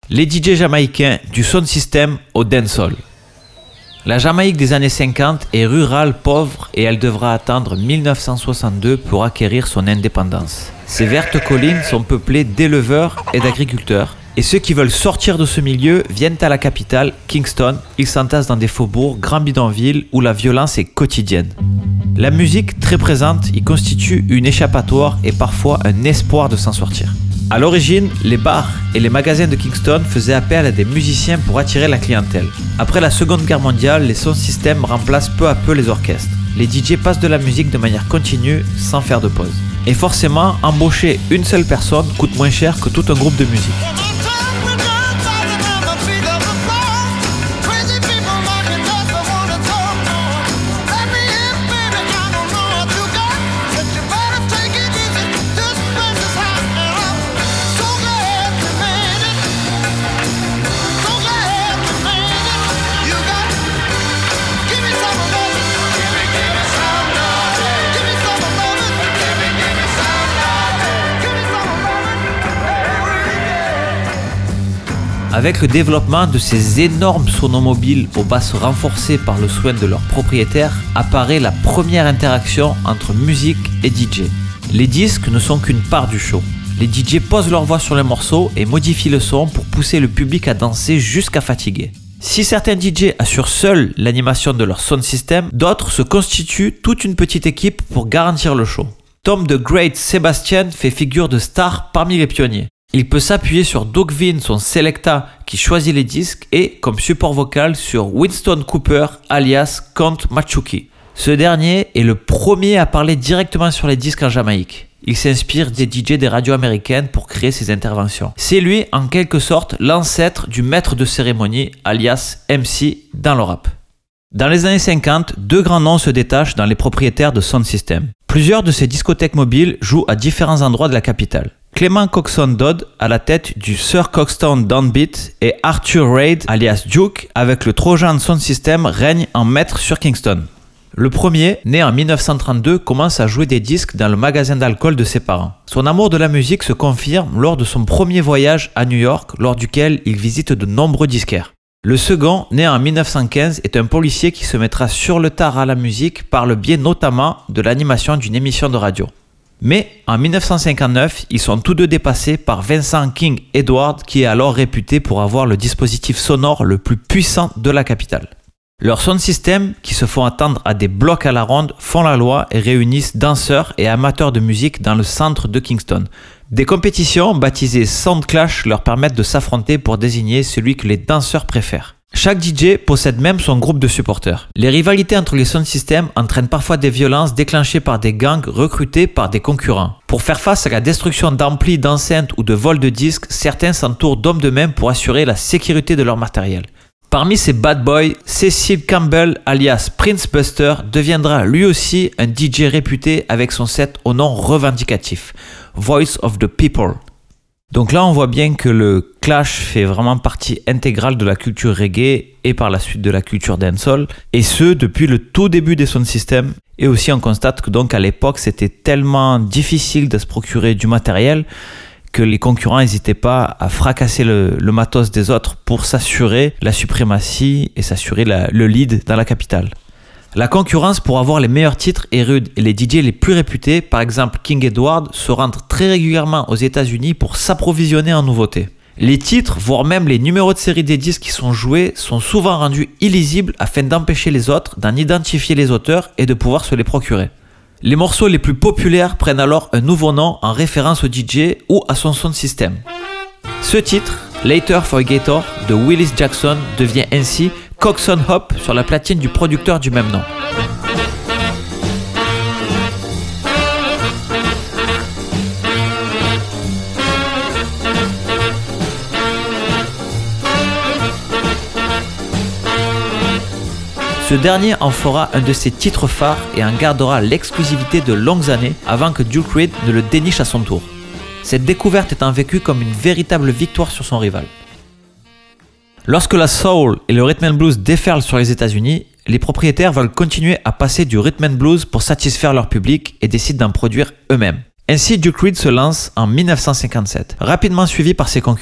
Les DJ jamaïcains du sound system au dancehall. La Jamaïque des années 50 est rurale, pauvre et elle devra attendre 1962 pour acquérir son indépendance. Ces vertes collines sont peuplées d'éleveurs et d'agriculteurs et ceux qui veulent sortir de ce milieu viennent à la capitale, Kingston. Ils s'entassent dans des faubourgs, grands bidonvilles où la violence est quotidienne. La musique, très présente, y constitue une échappatoire et parfois un espoir de s'en sortir. À l'origine, les bars et les magasins de Kingston faisaient appel à des musiciens pour attirer la clientèle. Après la Seconde Guerre mondiale, les sound systems remplacent peu à peu les orchestres. Les DJ passent de la musique de manière continue, sans faire de pause. Et forcément, embaucher une seule personne coûte moins cher que tout un groupe de musique. Avec le développement de ces énormes sonomobiles aux basses renforcées par le soin de leurs propriétaires, apparaît la première interaction entre musique et DJ. Les disques ne sont qu'une part du show. Les DJ posent leur voix sur les morceaux et modifient le son pour pousser le public à danser jusqu'à fatiguer. Si certains DJ assurent seuls l'animation de leur sound system, d'autres se constituent toute une petite équipe pour garantir le show. Tom the Great Sebastian fait figure de star parmi les pionniers. Il peut s'appuyer sur Doug Vin, son Selecta, qui choisit les disques, et comme support vocal sur Winston Cooper, alias Count Machuki. Ce dernier est le premier à parler directement sur les disques en Jamaïque. Il s'inspire des DJ des radios américaines pour créer ses interventions. C'est lui, en quelque sorte, l'ancêtre du maître de cérémonie, alias MC, dans le rap. Dans les années 50, deux grands noms se détachent dans les propriétaires de sound system. Plusieurs de ces discothèques mobiles jouent à différents endroits de la capitale. Clement Coxon Dodd à la tête du Sir Coxtown Downbeat et Arthur Reid alias Duke avec le Trojan Sound System règne en maître sur Kingston. Le premier, né en 1932, commence à jouer des disques dans le magasin d'alcool de ses parents. Son amour de la musique se confirme lors de son premier voyage à New York, lors duquel il visite de nombreux disquaires. Le second, né en 1915, est un policier qui se mettra sur le tard à la musique par le biais notamment de l'animation d'une émission de radio. Mais en 1959, ils sont tous deux dépassés par Vincent King Edward qui est alors réputé pour avoir le dispositif sonore le plus puissant de la capitale. Leurs sound systems, qui se font attendre à des blocs à la ronde, font la loi et réunissent danseurs et amateurs de musique dans le centre de Kingston. Des compétitions baptisées Sound Clash leur permettent de s'affronter pour désigner celui que les danseurs préfèrent. Chaque DJ possède même son groupe de supporters. Les rivalités entre les sound systems entraînent parfois des violences déclenchées par des gangs recrutés par des concurrents. Pour faire face à la destruction d'amplis, d'enceintes ou de vols de disques, certains s'entourent d'hommes de main pour assurer la sécurité de leur matériel. Parmi ces bad boys, Cecil Campbell alias Prince Buster deviendra lui aussi un DJ réputé avec son set au nom revendicatif, Voice of the People. Donc là, on voit bien que le clash fait vraiment partie intégrale de la culture reggae et par la suite de la culture dancehall, et ce depuis le tout début des sound systems. Et aussi, on constate que donc à l'époque, c'était tellement difficile de se procurer du matériel que les concurrents n'hésitaient pas à fracasser le matos des autres pour s'assurer la suprématie et s'assurer le lead dans la capitale. La concurrence pour avoir les meilleurs titres est rude et les DJ les plus réputés, par exemple King Edward, se rendent très régulièrement aux États-Unis pour s'approvisionner en nouveautés. Les titres, voire même les numéros de série des disques qui sont joués, sont souvent rendus illisibles afin d'empêcher les autres d'en identifier les auteurs et de pouvoir se les procurer. Les morceaux les plus populaires prennent alors un nouveau nom en référence au DJ ou à son sound system. Ce titre, Later Forgator de Willis Jackson, devient ainsi Coxon Hop sur la platine du producteur du même nom. Ce dernier en fera un de ses titres phares et en gardera l'exclusivité de longues années avant que Duke Reid ne le déniche à son tour. Cette découverte étant vécue comme une véritable victoire sur son rival. Lorsque la soul et le rhythm and blues déferlent sur les États-Unis, les propriétaires veulent continuer à passer du rhythm and blues pour satisfaire leur public et décident d'en produire eux-mêmes. Ainsi, Duke Reid se lance en 1957, rapidement suivi par ses concurrents.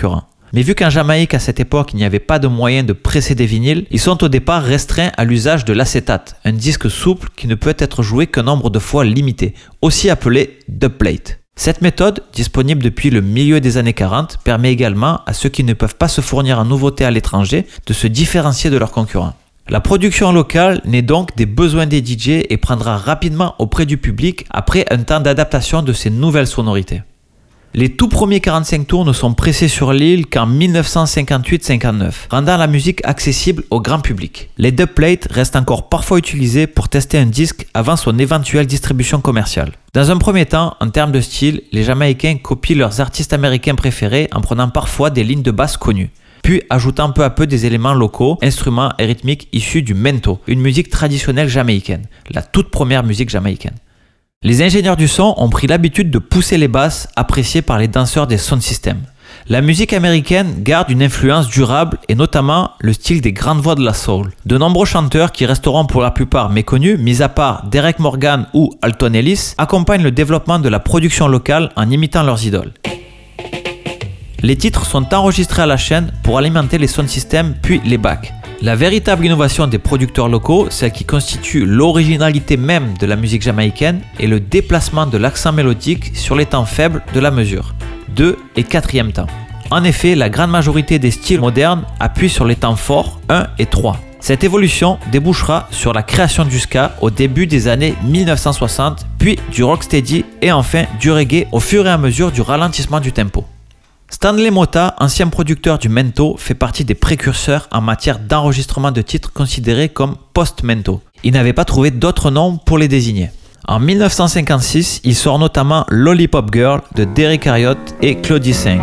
Mais vu qu'en Jamaïque à cette époque il n'y avait pas de moyen de presser des vinyles, ils sont au départ restreints à l'usage de l'acétate, un disque souple qui ne peut être joué qu'un nombre de fois limité, aussi appelé dubplate. Cette méthode, disponible depuis le milieu des années 40, permet également à ceux qui ne peuvent pas se fournir en nouveautés à l'étranger de se différencier de leurs concurrents. La production locale naît donc des besoins des DJ et prendra rapidement auprès du public après un temps d'adaptation de ces nouvelles sonorités. Les tout premiers 45 tours ne sont pressés sur l'île qu'en 1958-59, rendant la musique accessible au grand public. Les dubplates restent encore parfois utilisés pour tester un disque avant son éventuelle distribution commerciale. Dans un premier temps, en termes de style, les Jamaïcains copient leurs artistes américains préférés en prenant parfois des lignes de basse connues, puis ajoutant peu à peu des éléments locaux, instruments et rythmiques issus du mento, une musique traditionnelle jamaïcaine, la toute première musique jamaïcaine. Les ingénieurs du son ont pris l'habitude de pousser les basses appréciées par les danseurs des sound systems. La musique américaine garde une influence durable et notamment le style des grandes voix de la soul. De nombreux chanteurs qui resteront pour la plupart méconnus, mis à part Derek Morgan ou Alton Ellis, accompagnent le développement de la production locale en imitant leurs idoles. Les titres sont enregistrés à la chaîne pour alimenter les sound systems puis les backs. La véritable innovation des producteurs locaux, celle qui constitue l'originalité même de la musique jamaïcaine, est le déplacement de l'accent mélodique sur les temps faibles de la mesure, 2 et 4e temps. En effet, la grande majorité des styles modernes appuient sur les temps forts 1 et 3. Cette évolution débouchera sur la création du ska au début des années 1960, puis du rocksteady et enfin du reggae au fur et à mesure du ralentissement du tempo. Stanley Motta, ancien producteur du mento, fait partie des précurseurs en matière d'enregistrement de titres considérés comme post-mento. Il n'avait pas trouvé d'autre nom pour les désigner. En 1956, il sort notamment Lollipop Girl de Derrick Harriott et Claudie Singh.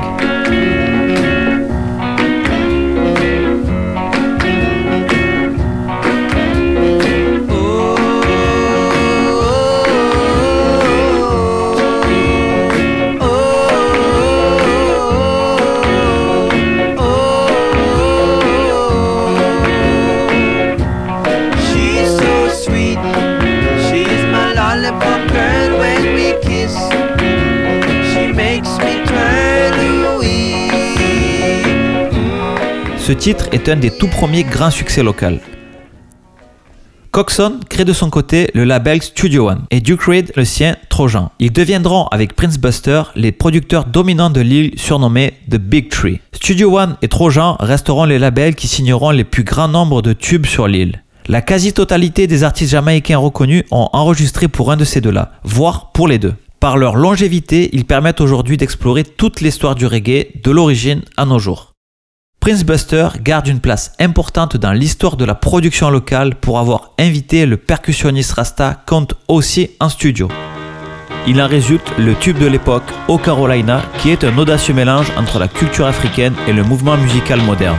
Ce titre est un des tout premiers grands succès locaux. Coxsone crée de son côté le label Studio One et Duke Reid le sien Trojan. Ils deviendront avec Prince Buster les producteurs dominants de l'île surnommés The Big Three. Studio One et Trojan resteront les labels qui signeront les plus grands nombres de tubes sur l'île. La quasi-totalité des artistes jamaïcains reconnus ont enregistré pour un de ces deux-là, voire pour les deux. Par leur longévité, ils permettent aujourd'hui d'explorer toute l'histoire du reggae de l'origine à nos jours. Prince Buster garde une place importante dans l'histoire de la production locale pour avoir invité le percussionniste Rasta Count Ossie en studio. Il en résulte le tube de l'époque Oh Carolina, qui est un audacieux mélange entre la culture africaine et le mouvement musical moderne.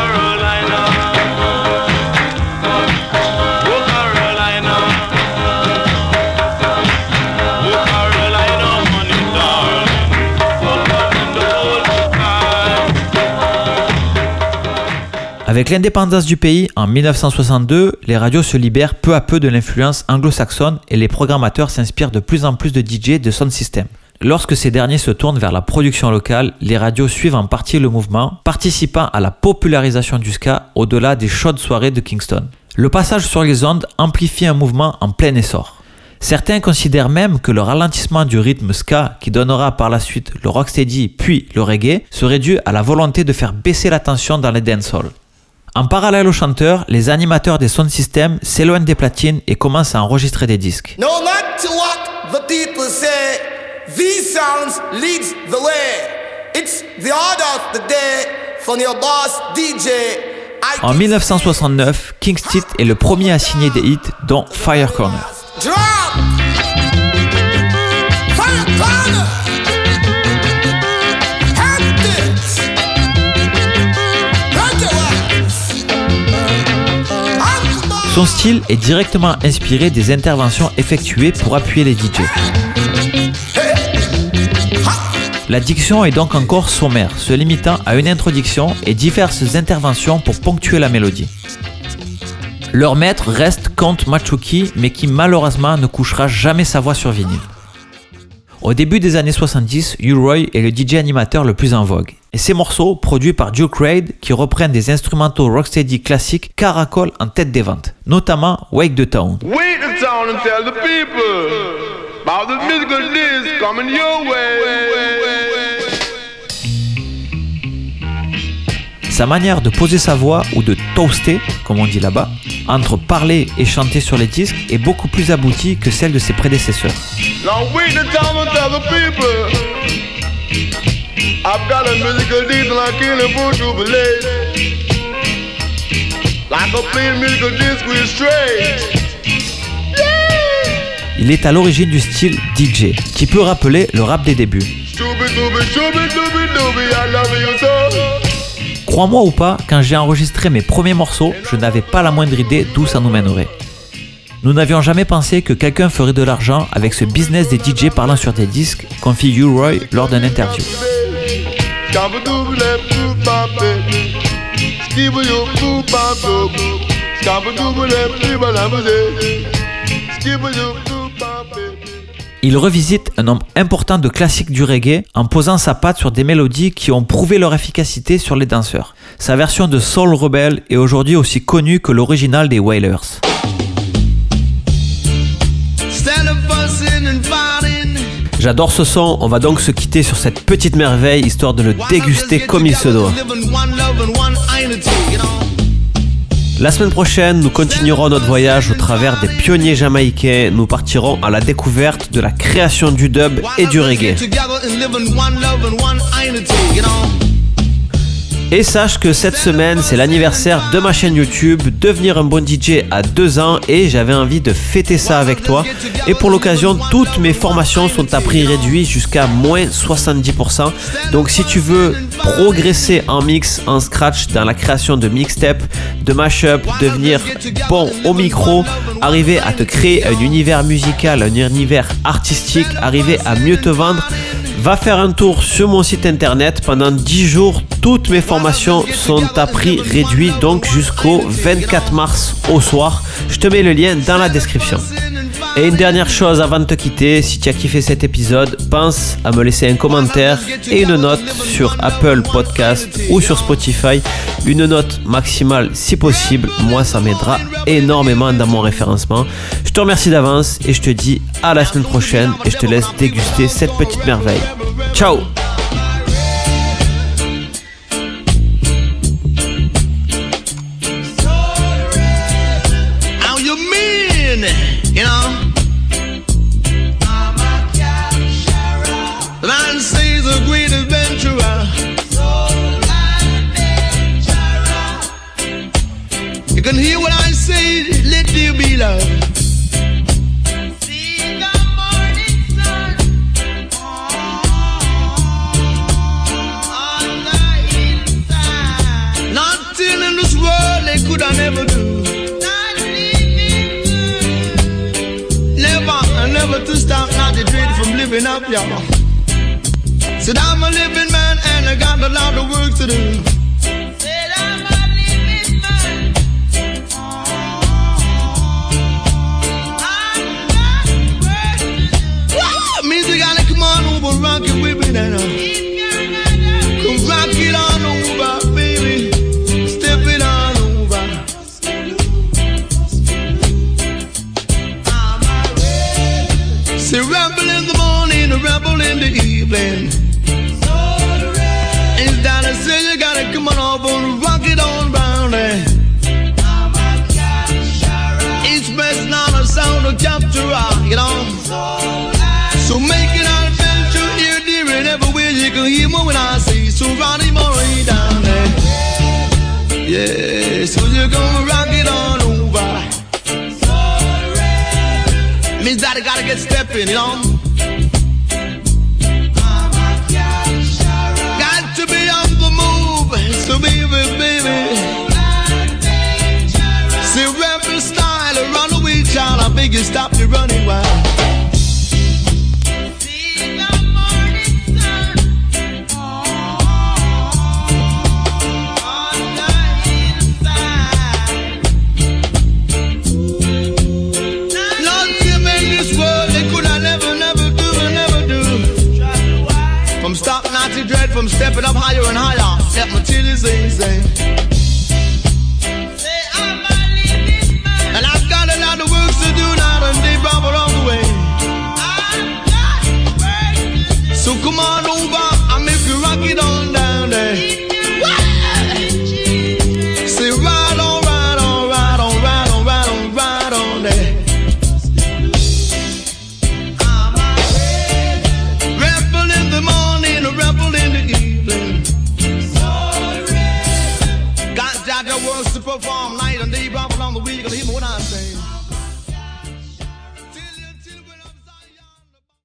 Avec l'indépendance du pays en 1962, les radios se libèrent peu à peu de l'influence anglo-saxonne et les programmateurs s'inspirent de plus en plus de DJ de sound system. Lorsque ces derniers se tournent vers la production locale, les radios suivent en partie le mouvement, participant à la popularisation du ska au-delà des chaudes soirées de Kingston. Le passage sur les ondes amplifie un mouvement en plein essor. Certains considèrent même que le ralentissement du rythme ska qui donnera par la suite le rocksteady puis le reggae serait dû à la volonté de faire baisser la tension dans les dancehall. En parallèle aux chanteurs, les animateurs des sound systems s'éloignent des platines et commencent à enregistrer des disques. No matter what the people say, these sounds leads the way. It's the order of the day from your boss DJ. En 1969, Kingston est le premier à signer des hits dont Fire Corner. Drop! Fire Corner! Son style est directement inspiré des interventions effectuées pour appuyer les DJ. La diction est donc encore sommaire, se limitant à une introduction et diverses interventions pour ponctuer la mélodie. Leur maître reste Count Machuki, mais qui malheureusement ne couchera jamais sa voix sur vinyle. Au début des années 70, U-Roy est le DJ animateur le plus en vogue. Et ses morceaux, produits par Duke Reid, qui reprennent des instrumentaux rocksteady classiques, caracolent en tête des ventes, notamment Wake the Town. Wake the town and tell the people about the musical disc coming your way. Sa manière de poser sa voix ou de toaster, comme on dit là-bas, entre parler et chanter sur les disques est beaucoup plus aboutie que celle de ses prédécesseurs. Now wake the town and tell the people I've got a musical disc and I can't afford to believe like a plain musical disc with straight. Il est à l'origine du style DJ, qui peut rappeler le rap des débuts. Crois-moi ou pas, quand j'ai enregistré mes premiers morceaux, je n'avais pas la moindre idée d'où ça nous mènerait. Nous n'avions jamais pensé que quelqu'un ferait de l'argent avec ce business des DJ parlant sur des disques, confie U-Roy lors d'une interview. Il revisite un nombre important de classiques du reggae en posant sa patte sur des mélodies qui ont prouvé leur efficacité sur les danseurs. Sa version de Soul Rebel est aujourd'hui aussi connue que l'original des Wailers. J'adore ce son, on va donc se quitter sur cette petite merveille histoire de le déguster comme il se doit. La semaine prochaine, nous continuerons notre voyage au travers des pionniers jamaïcains. Nous partirons à la découverte de la création du dub et du reggae. Et sache que cette semaine, c'est l'anniversaire de ma chaîne YouTube, Devenir un bon DJ à 2 ans, et j'avais envie de fêter ça avec toi. Et pour l'occasion, toutes mes formations sont à prix réduit jusqu'à moins 70%. Donc si tu veux progresser en mix, en scratch, dans la création de mixtape, de mashup, devenir bon au micro, arriver à te créer un univers musical, un univers artistique, arriver à mieux te vendre, va faire un tour sur mon site internet. Pendant 10 jours, toutes mes formations sont à prix réduit, donc jusqu'au 24 mars au soir. Je te mets le lien dans la description. Et une dernière chose avant de te quitter, si tu as kiffé cet épisode, pense à me laisser un commentaire et une note sur Apple Podcast ou sur Spotify. Une note maximale si possible, moi ça m'aidera énormément dans mon référencement. Je te remercie d'avance et je te dis à la semaine prochaine et je te laisse déguster cette petite merveille. Ciao! You know, the man says a great adventurer. You can hear what I say, let there be love. See the morning sun on the inside. Nothing in this world they could I never do. Never to stop, not to dread from living up, y'all. Said I'm a living man and I got a lot of work to do. Said I'm a living man. Music gotta come on over, rock it with me now. Come rock it on over, baby. Step it on over. Say rebel in the morning, a rebel in the evening. And down and say you gotta come on over and rock it on round there. Each best not a sound to capture, you know. So make it an adventure here, dear, and everywhere you can hear me when I say so. Ronnie Murray down there. Yeah, so you're gonna rock it on over. Means that I gotta get stepping, you know. Got to be on the move, so baby. See rebel style, a runaway child, I beg you stop your running wild. See the morning sun on the inside. Nothing in this world they could I never do. rhythm, stepping up higher and higher. Let my titties sing, sing. And I've got a lot of work to do now, and they brought it on the way. So come on over, I'll make you rock it on down there. Say ride on, ride on, ride on, ride on, ride on, ride on there. Rebel in the morning, a rebel in the evening. Got Jaja works to perform.